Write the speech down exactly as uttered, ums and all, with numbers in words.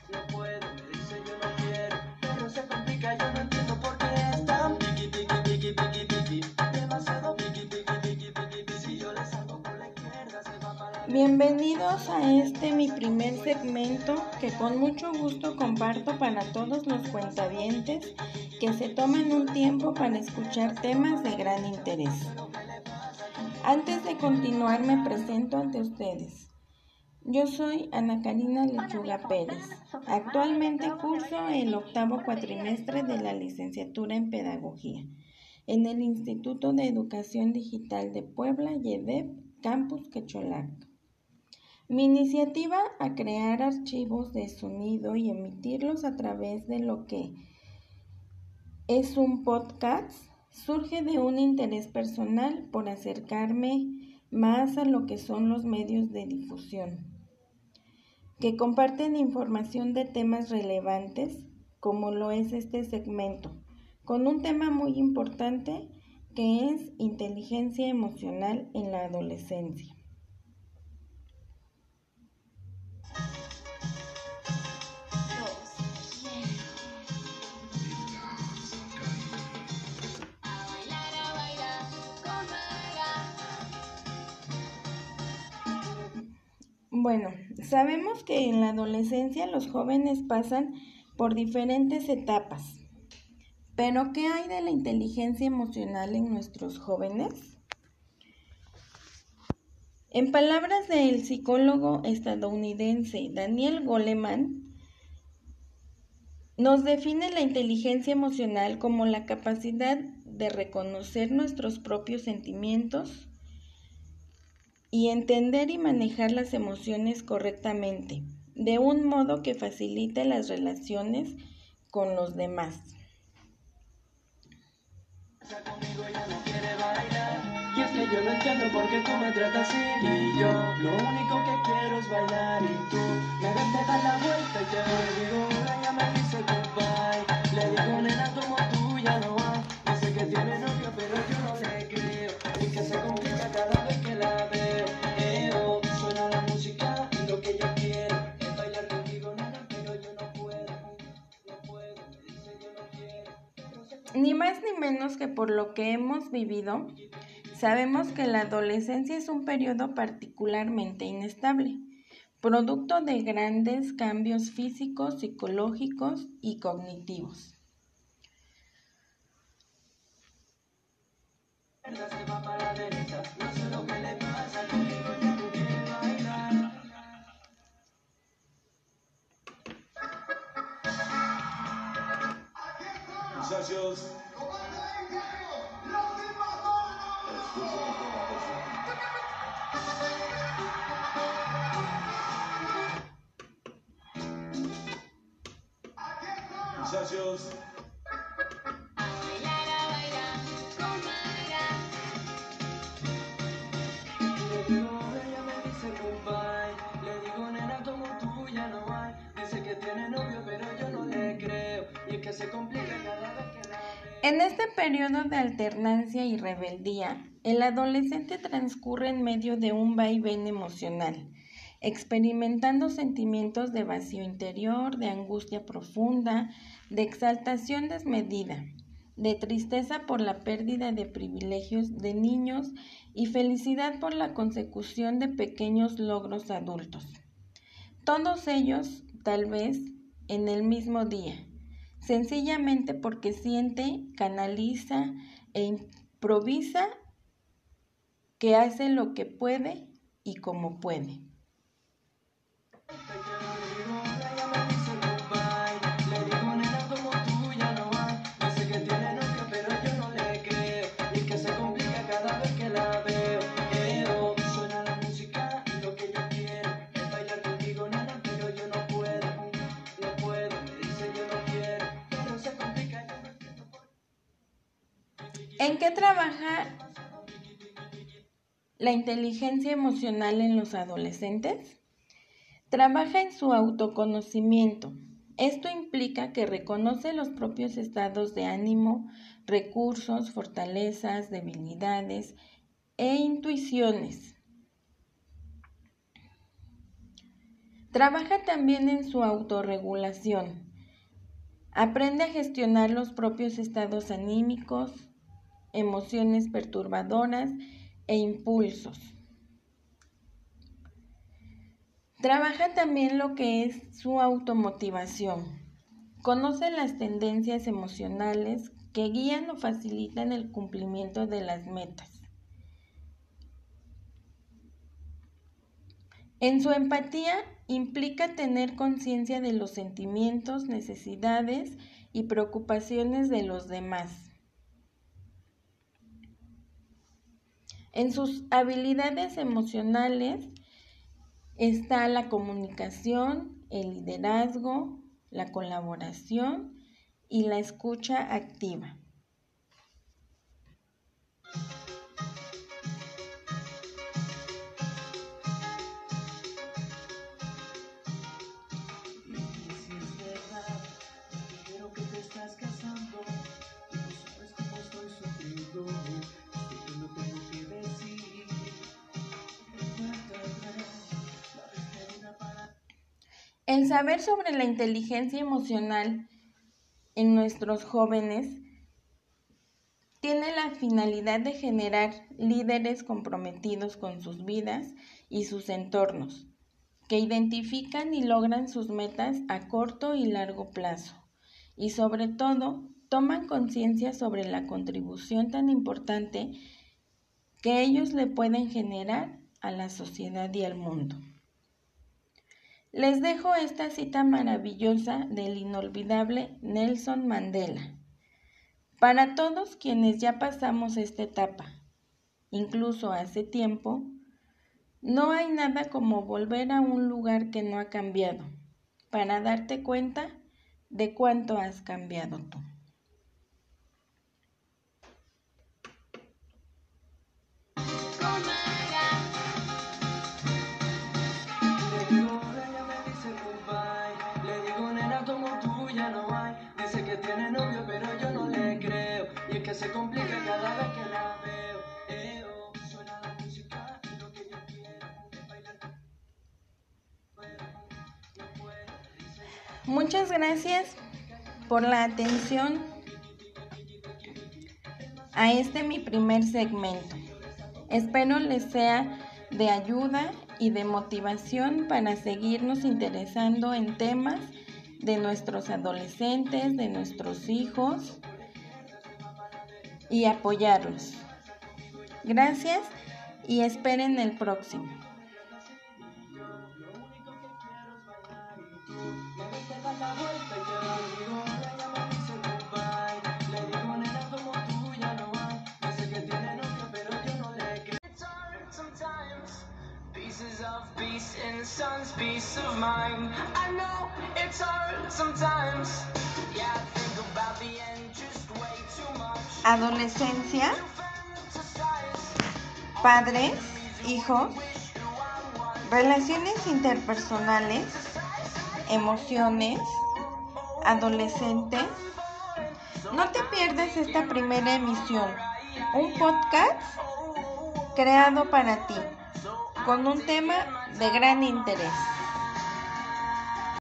no puedo, me dice yo no quiero, pero se complica, yo no entiendo por qué es tan piqui, piqui, piqui, piqui, piqui, demasiado piqui, piqui, piqui, piqui, piqui, si yo le salgo por la izquierda se va para la derecha. Bienvenidos a este mi primer segmento que con mucho gusto comparto para todos los cuentavientes que se toman un tiempo para escuchar temas de gran interés. Antes de continuar me presento ante ustedes. Yo soy Ana Karina Lechuga Pérez. Actualmente curso el octavo cuatrimestre de la licenciatura en Pedagogía en el Instituto de Educación Digital de Puebla, YEDEP, Campus Quecholac. Mi iniciativa a crear archivos de sonido y emitirlos a través de lo que es un podcast surge de un interés personal por acercarme más a lo que son los medios de difusión, que comparten información de temas relevantes, como lo es este segmento, con un tema muy importante que es inteligencia emocional en la adolescencia. Bueno, sabemos que en la adolescencia los jóvenes pasan por diferentes etapas, pero ¿qué hay de la inteligencia emocional en nuestros jóvenes? En palabras del psicólogo estadounidense Daniel Goleman, nos define la inteligencia emocional como la capacidad de reconocer nuestros propios sentimientos y entender y manejar las emociones correctamente, de un modo que facilite las relaciones con los demás. Conmigo ya no quiere bailar, y es que yo no entiendo por qué tú me tratas así. Y yo lo único que quiero es bailar, y tú me ves te das la vuelta y te voy. Le digo hola, ella me dice goodbye. Le digo nena como tú ya no hay. Dice que tiene novio pero yo no le creo, y que se complica cada vez que la veo. Eh, oh, suena la música y lo que yo quiero es bailar contigo nena, pero yo no puedo, no puedo, me dice yo no quiero. Ni más ni menos que por lo que hemos vivido, sabemos que la adolescencia es un periodo particularmente inestable, producto de grandes cambios físicos, psicológicos y cognitivos. Se va para la derecha, no sé lo que le pasa, conmigo ya no quiere bailar. Muchachos, escuchen con atención. Muchachos, Le digo, ella me dice goodbye. Le digo, nena, como tú ya no hay. Dice que tiene novio, pero yo no le creo. Y es que se complica cada vez que la veo. En este periodo de alternancia y rebeldía, el adolescente transcurre en medio de un vaivén emocional, experimentando sentimientos de vacío interior, de angustia profunda, de exaltación desmedida, de tristeza por la pérdida de privilegios de niños y felicidad por la consecución de pequeños logros adultos. Todos ellos, tal vez, en el mismo día, sencillamente porque siente, canaliza e improvisa, que hace lo que puede y como puede. Le digo, ella me dice goodbye. Le digo, nena, como tú ya no hay. Dice que tiene novio, pero yo no le creo. Y es que se complica cada vez que la veo. Eh, oh, suena la música y lo que yo quiero es bailar contigo, nena, pero yo no puedo, no puedo, me dice yo no quiero, pero se complica, yo no entiendo por qué. ¿En qué trabaja la inteligencia emocional en los adolescentes? Trabaja en su autoconocimiento. Esto implica que reconoce los propios estados de ánimo, recursos, fortalezas, debilidades e intuiciones. Trabaja también en su autorregulación. Aprende a gestionar los propios estados anímicos, emociones perturbadoras e impulsos. Trabaja también lo que es su automotivación. Conoce las tendencias emocionales que guían o facilitan el cumplimiento de las metas. En su empatía implica tener conciencia de los sentimientos, necesidades y preocupaciones de los demás. En sus habilidades emocionales está la comunicación, el liderazgo, la colaboración y la escucha activa. El saber sobre la inteligencia emocional en nuestros jóvenes tiene la finalidad de generar líderes comprometidos con sus vidas y sus entornos, que identifican y logran sus metas a corto y largo plazo, y sobre todo toman conciencia sobre la contribución tan importante que ellos le pueden generar a la sociedad y al mundo. Les dejo esta cita maravillosa del inolvidable Nelson Mandela. Para todos quienes ya pasamos esta etapa, incluso hace tiempo, no hay nada como volver a un lugar que no ha cambiado, para darte cuenta de cuánto has cambiado tú. Se complica cada vez que la veo. Eh, oh, suena la música y lo que yo quiero es bailar. Muchas gracias por la atención a este mi primer segmento. Espero les sea de ayuda y de motivación para seguirnos interesando en temas de nuestros adolescentes, de nuestros hijos, y apoyarlos. Gracias y esperen el próximo. Adolescencia, padres, hijos, relaciones interpersonales, emociones, adolescentes. No te pierdas esta primera emisión, un podcast creado para ti, con un tema de gran interés.